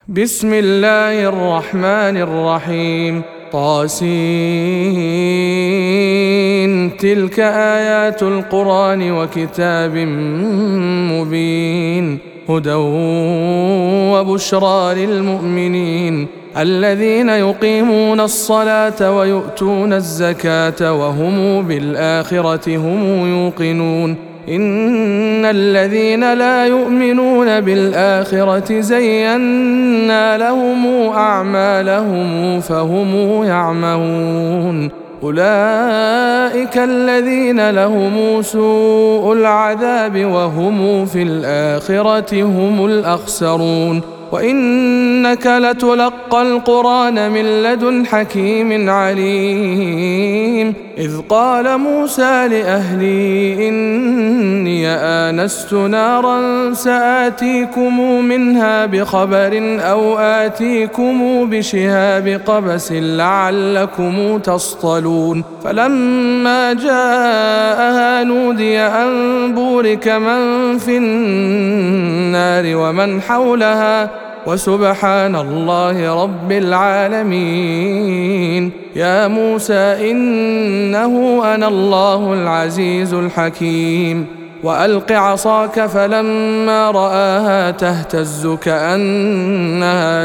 بسم الله الرحمن الرحيم. طاسين. تلك آيات القرآن وكتاب مبين، هدى وبشرى للمؤمنين الذين يقيمون الصلاة ويؤتون الزكاة وهم بالآخرة هم يوقنون. إن الذين لا يؤمنون بالآخرة زينا لهم أعمالهم فهم يعمهون. أولئك الذين لهم سوء العذاب وهم في الآخرة هم الأخسرون. وإنك لتلقى القرآن من لدن حكيم عليم. إذ قال موسى لأهله إني آنست نارا سآتيكم منها بخبر أو آتيكم بشهاب قبس لعلكم تصطلون. فلما جاءها نودي أن بورك من في النار ومن حولها وسبحان الله رب العالمين. يا موسى إنه أنا الله العزيز الحكيم. وألق عصاك فلما رآها تهتز كأنها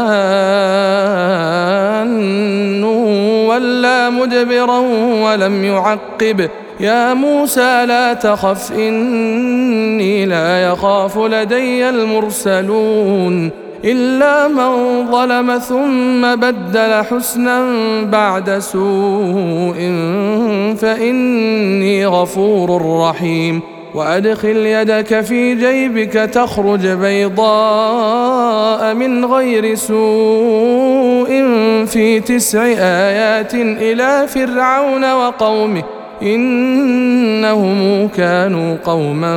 جان ولا مدبرا ولم يعقب. يا موسى لا تخف إني لا يخاف لدي المرسلون. إلا من ظلم ثم بدل حسنا بعد سوء فإني غفور رحيم. وأدخل يدك في جيبك تخرج بيضاء من غير سوء في 9 آيات إلى فرعون وقومه إنهم كانوا قوما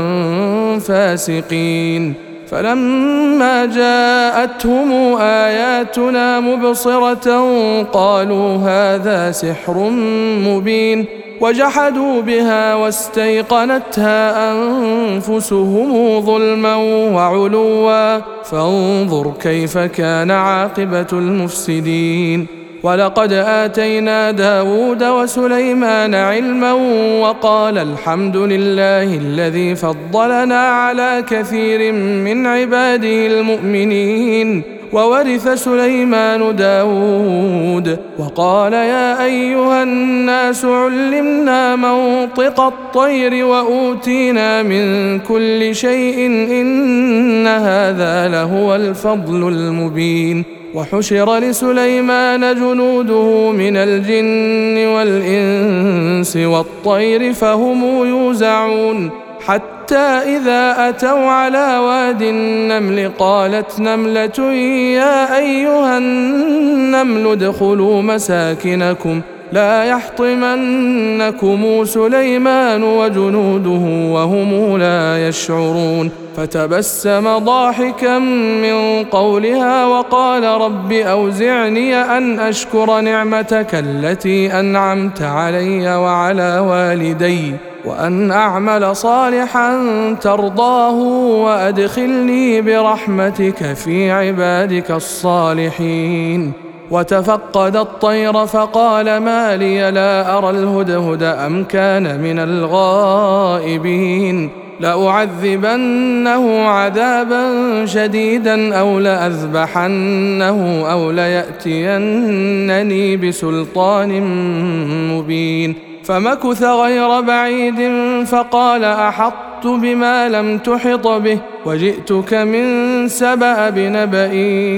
فاسقين. فلما جاءتهم آياتنا مبصرة قالوا هذا سحر مبين. وجحدوا بها واستيقنتها أنفسهم ظلما وعلوا فانظر كيف كان عاقبة المفسدين. ولقد آتينا داود وسليمان علما وقال الحمد لله الذي فضلنا على كثير من عباده المؤمنين. وورث سليمان داود وقال يا أيها الناس علمنا منطق الطير وأوتينا من كل شيء إن هذا لهو الفضل المبين. وحشر لسليمان جنوده من الجن والإنس والطير فهم يوزعون. حتى إذا أتوا على واد النمل قالت نملة يا أيها النمل ادخلوا مساكنكم لا يحطمنكم سليمان وجنوده وهم لا يشعرون. فتبسم ضاحكا من قولها وقال رب أوزعني أن أشكر نعمتك التي أنعمت علي وعلى والدي وأن أعمل صالحا ترضاه وأدخلني برحمتك في عبادك الصالحين. وتفقد الطير فقال ما لي لا أرى الهدهد أم كان من الغائبين. لأعذبنه عذابا شديدا أو لأذبحنه أو ليأتينني بسلطان مبين. فمكث غير بعيد فقال أحطت بما لم تحط به وجئتك من سبأ بنبأ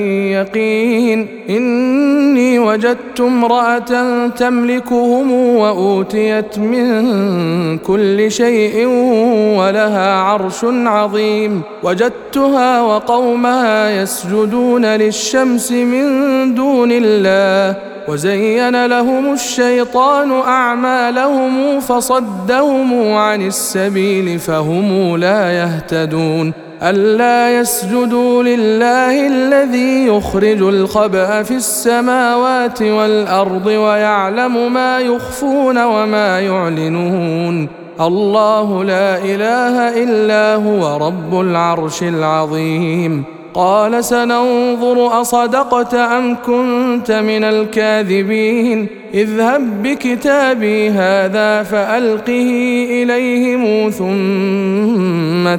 يقين. إني وجدت امرأة تملكهم وأوتيت من كل شيء ولها عرش عظيم. وجدتها وقومها يسجدون للشمس من دون الله وزين لهم الشيطان أعمالهم فصدهم عن السبيل فهم لا يهتدون. ألا يسجدوا لله الذي يخرج الخبأ في السماوات والأرض ويعلم ما يخفون وما يعلنون. الله لا إله إلا هو رب العرش العظيم. قال سننظر أصدقت أم كنت من الكاذبين اذهب بكتابي هذا فألقه إليهم ثم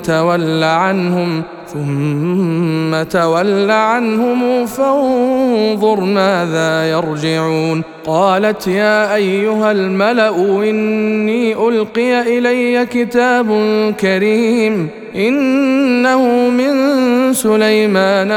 تول عنهم فانظر ماذا يرجعون. قالت يا أيها الملأ إني ألقي إلي كتاب كريم إنه من سليمان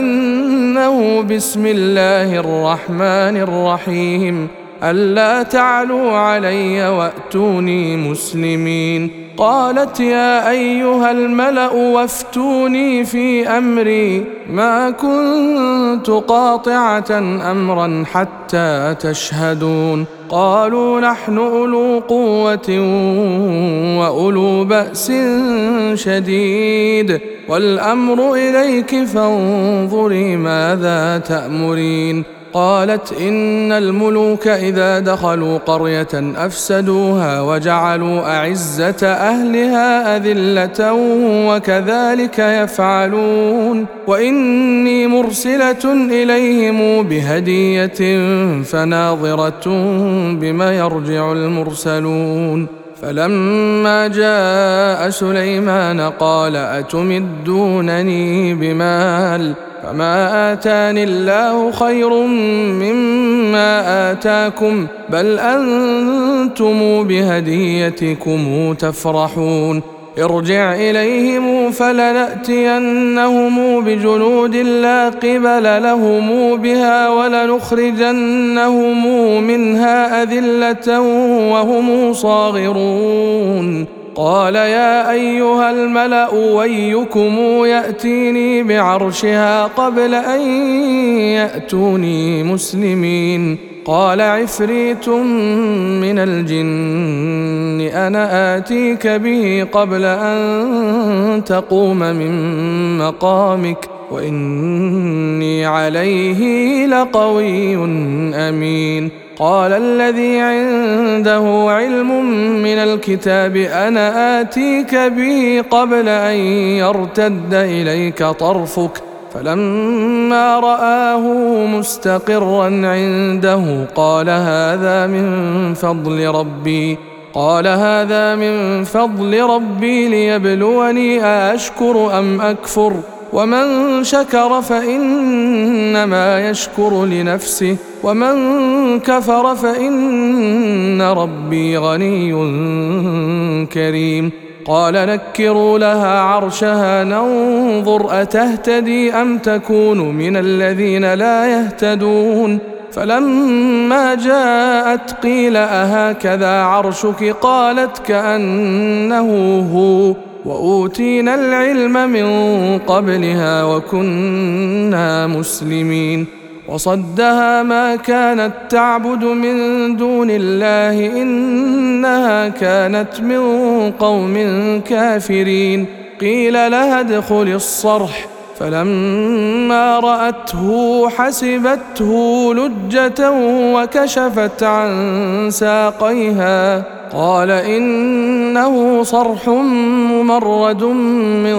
وإنه بسم الله الرحمن الرحيم ألا تعلوا علي وأتوني مسلمين. قالت يا أيها الملأ وافتوني في أمري ما كنت قاطعة أمرا حتى تشهدون. قالوا نحن أولو قوة وأولو بأس شديد والأمر إليك فانظري ماذا تأمرين. قالت إن الملوك إذا دخلوا قرية أفسدوها وجعلوا أعزة أهلها أذلة وكذلك يفعلون وإني مرسلة إليهم بهدية فناظرة بما يرجع المرسلون. فلما جاء سليمان قال أتمدونني بمال فما آتاني الله خير مما آتاكم بل أنتم بهديتكم تفرحون. ارجع إليهم فلنأتينهم بجنود لا قبل لهم بها ولنخرجنهم منها أذلة وهم صاغرون. قال يا أيها الملأ ويكم يأتيني بعرشها قبل أن يأتوني مسلمين. قال عفريت من الجن أنا آتيك به قبل أن تقوم من مقامك وإني عليه لقوي أمين. قال الذي عنده علم من الكتاب أنا آتيك به قبل أن يرتد إليك طرفك فلما رآه مستقرا عنده قال هذا من فضل ربي ليبلوني أشكر أم أكفر ومن شكر فإنما يشكر لنفسه ومن كفر فإن ربي غني كريم. قال نكروا لها عرشها ننظر أتهتدي أم تكون من الذين لا يهتدون. فلما جاءت قيل أهكذا عرشك قالت كأنه هو وأوتينا العلم من قبلها وكنا مسلمين. وصدها ما كانت تعبد من دون الله إنها كانت من قوم كافرين. قيل لها ادخل الصرح فلما رأته حسبته لجة وكشفت عن ساقيها قال إنه صرح ممرد من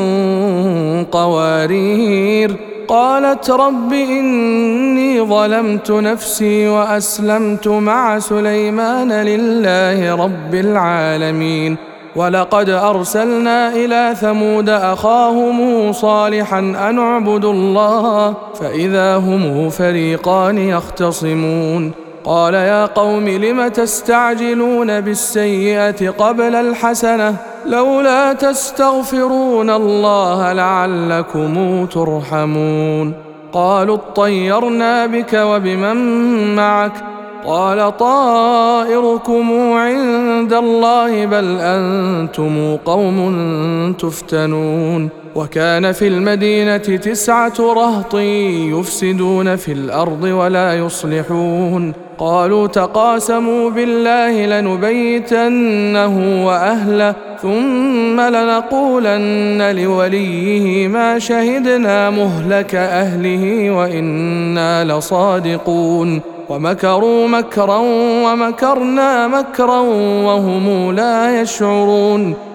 قوارير. قالت رب إني ظلمت نفسي وأسلمت مع سليمان لله رب العالمين. ولقد أرسلنا إلى ثمود أخاهم صالحا أن اعبدوا الله فإذا هم فريقان يختصمون. قال يا قوم لم تستعجلون بالسيئة قبل الحسنة لولا تستغفرون الله لعلكم ترحمون. قالوا اطيرنا بك وبمن معك قال طائركم عند الله بل أنتم قوم تفتنون. وكان في المدينة 9 رهط يفسدون في الأرض ولا يصلحون. قالوا تقاسموا بالله لنبيتنه وأهله ثم لنقولن لوليه ما شهدنا مهلك أهله وإنا لصادقون. ومكروا مكرا ومكرنا مكرا وهم لا يشعرون.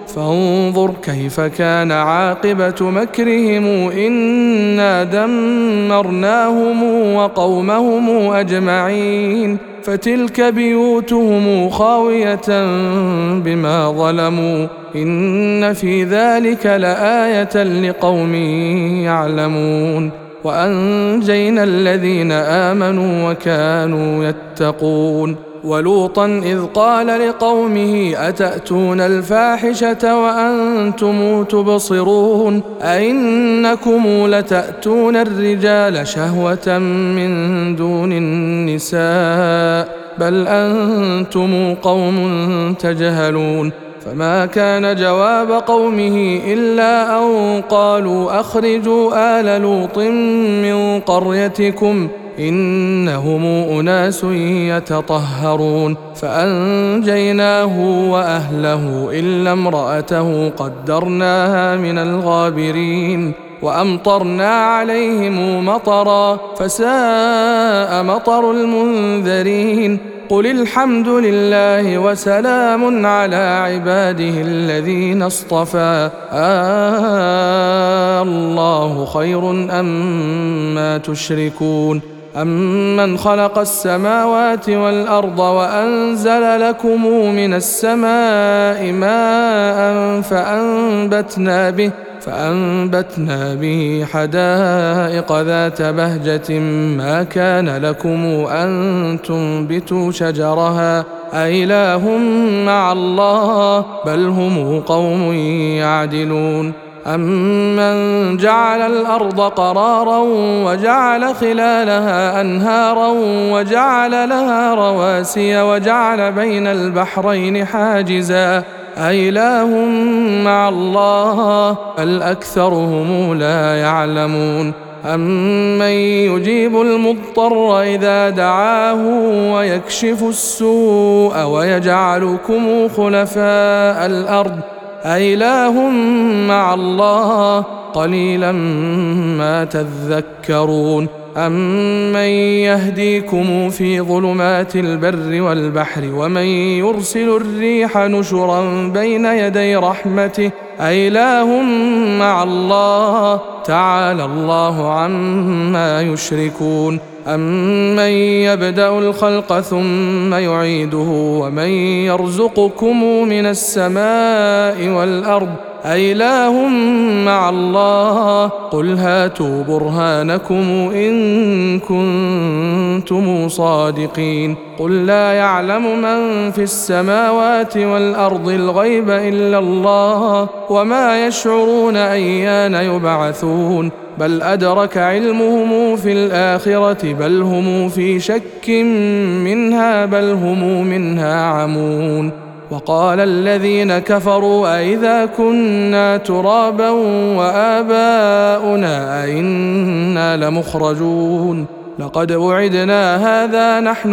فانظر كيف كان عاقبة مكرهم إنا دمرناهم وقومهم أجمعين فتلك بيوتهم خاوية بما ظلموا إن في ذلك لآية لقوم يعلمون وأنجينا الذين آمنوا وكانوا يتقون ولوطا إذ قال لقومه أتأتون الفاحشة وأنتم تبصرون أئنكم لتأتون الرجال شهوة من دون النساء بل أنتم قوم تجهلون فما كان جواب قومه إلا أن قالوا أخرجوا آل لوط من قريتكم إنهم أناس يتطهرون فأنجيناه وأهله إلا امرأته قدرناها من الغابرين وأمطرنا عليهم مطرا فساء مطر المنذرين قل الحمد لله وسلام على عباده الذين اصطفى الله خير أما تشركون أمن خلق السماوات والأرض وأنزل لكم من السماء ماء فأنبتنا به حدائق ذات بهجة ما كان لكم أن تنبتوا شجرها أإله مع الله بل هم قوم يعدلون أمن جعل الأرض قرارا وجعل خلالها أنهارا وجعل لها رواسي وجعل بين البحرين حاجزا أإله مع الله بل أكثرهم لا يعلمون أمن يجيب المضطر إذا دعاه ويكشف السوء ويجعلكم خلفاء الأرض أإله مع الله قليلا ما تذكرون أمن يهديكم في ظلمات البر والبحر ومن يرسل الريح نشرا بين يدي رحمته أإله مع الله تعالى الله عما يشركون أمن يبدأ الخلق ثم يعيده ومن يرزقكم من السماء والأرض أإله مع الله قل هاتوا برهانكم إن كنتم صادقين قل لا يعلم من في السماوات والأرض الغيب إلا الله وما يشعرون أيان يبعثون بل أدرك علمهم في الآخرة بل هم في شك منها بل هم منها عمون وقال الذين كفروا أئذا كنا ترابا وآباؤنا أئنا لمخرجون لقد وعدنا هذا نحن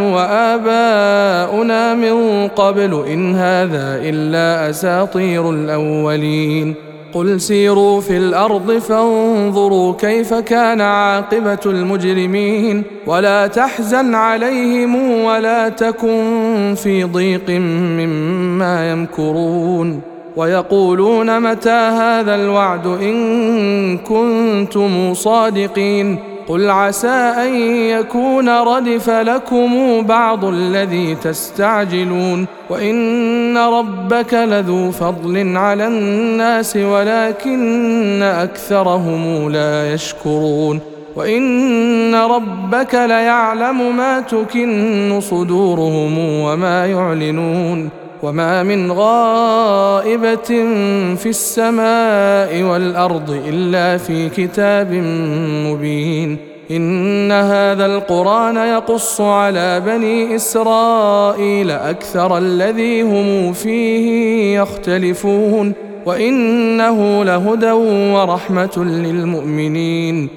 وآباؤنا من قبل إن هذا إلا أساطير الأولين قل سيروا في الأرض فانظروا كيف كان عاقبة المجرمين ولا تحزن عليهم ولا تكن في ضيق مما يمكرون ويقولون متى هذا الوعد إن كنتم صادقين قل عسى أن يكون ردف لكم بعض الذي تستعجلون وإن ربك لذو فضل على الناس ولكن أكثرهم لا يشكرون وإن ربك ليعلم ما تكن صدورهم وما يعلنون وما من غائبة في السماء والأرض إلا في كتاب مبين إن هذا القرآن يقص على بني إسرائيل أكثر الذي هم فيه يختلفون وإنه لهدى ورحمة للمؤمنين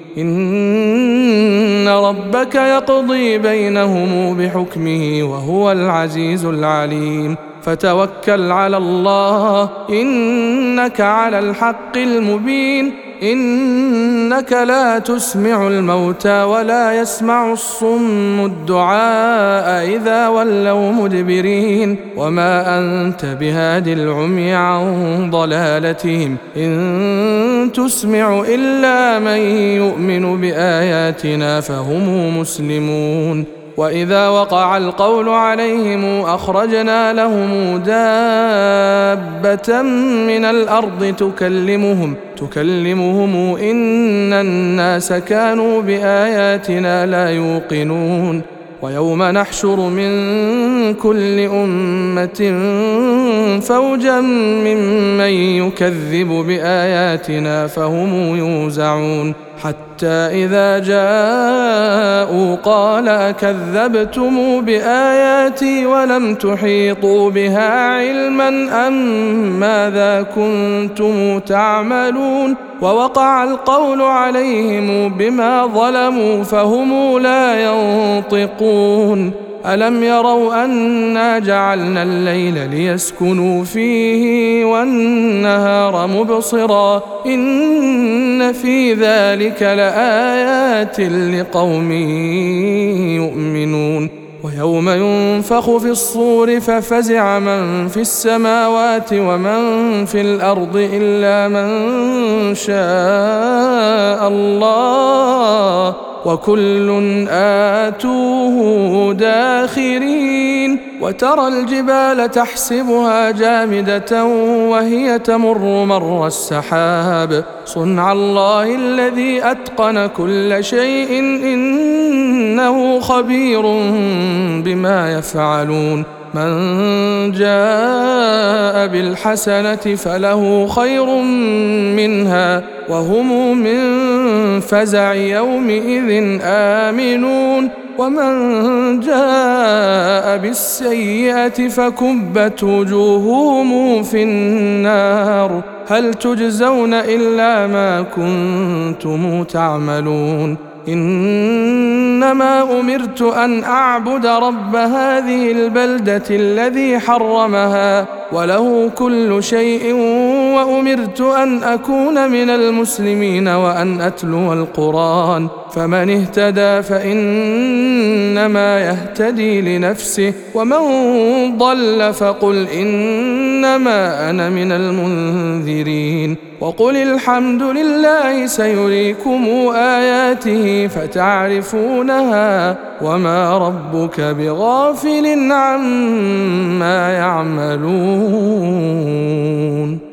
إن ربك يقضي بينهم بحكمه وهو العزيز العليم فتوكل على الله إنك على الحق المبين إنك لا تسمع الموتى ولا يسمع الصم الدعاء إذا ولوا مدبرين وما أنت بهاد العمي عن ضلالتهم إن تسمع إلا من يؤمن بآياتنا فهم مسلمون وإذا وقع القول عليهم أخرجنا لهم دابة من الأرض تكلمهم إن الناس كانوا بآياتنا لا يوقنون ويوم نحشر من كل أمة فوجا ممن يكذب بآياتنا فهم يوزعون حتى إذا جاءوا قال أكذبتم بآياتي ولم تحيطوا بها علما أم ماذا كنتم تعملون ووقع القول عليهم بما ظلموا فهم لا ينطقون ألم يروا أنا جعلنا الليل ليسكنوا فيه والنهار مبصرا إن في ذلك لآيات لقوم يؤمنون ويوم ينفخ في الصور ففزع من في السماوات ومن في الأرض إلا من شاء الله وكل آتوه داخرين وترى الجبال تحسبها جامدة وهي تمر مر السحاب صنع الله الذي أتقن كل شيء إنه خبير بما يفعلون من جاء بالحسنة فله خير منها وهم من فزع يومئذ آمنون ومن جاء بالسيئة فكبت وجوههم في النار هل تجزون إلا ما كنتم تعملون إنما أمرت أن أعبد رب هذه البلدة الذي حرمها وله كل شيء وأمرت أن أكون من المسلمين وأن أتلو القرآن فمن اهتدى فإنما يهتدي لنفسه ومن ضل فقل إنما أنا من المنذرين وقل الحمد لله سيريكم آياته فتعرفونها وما ربك بغافل عما يعملون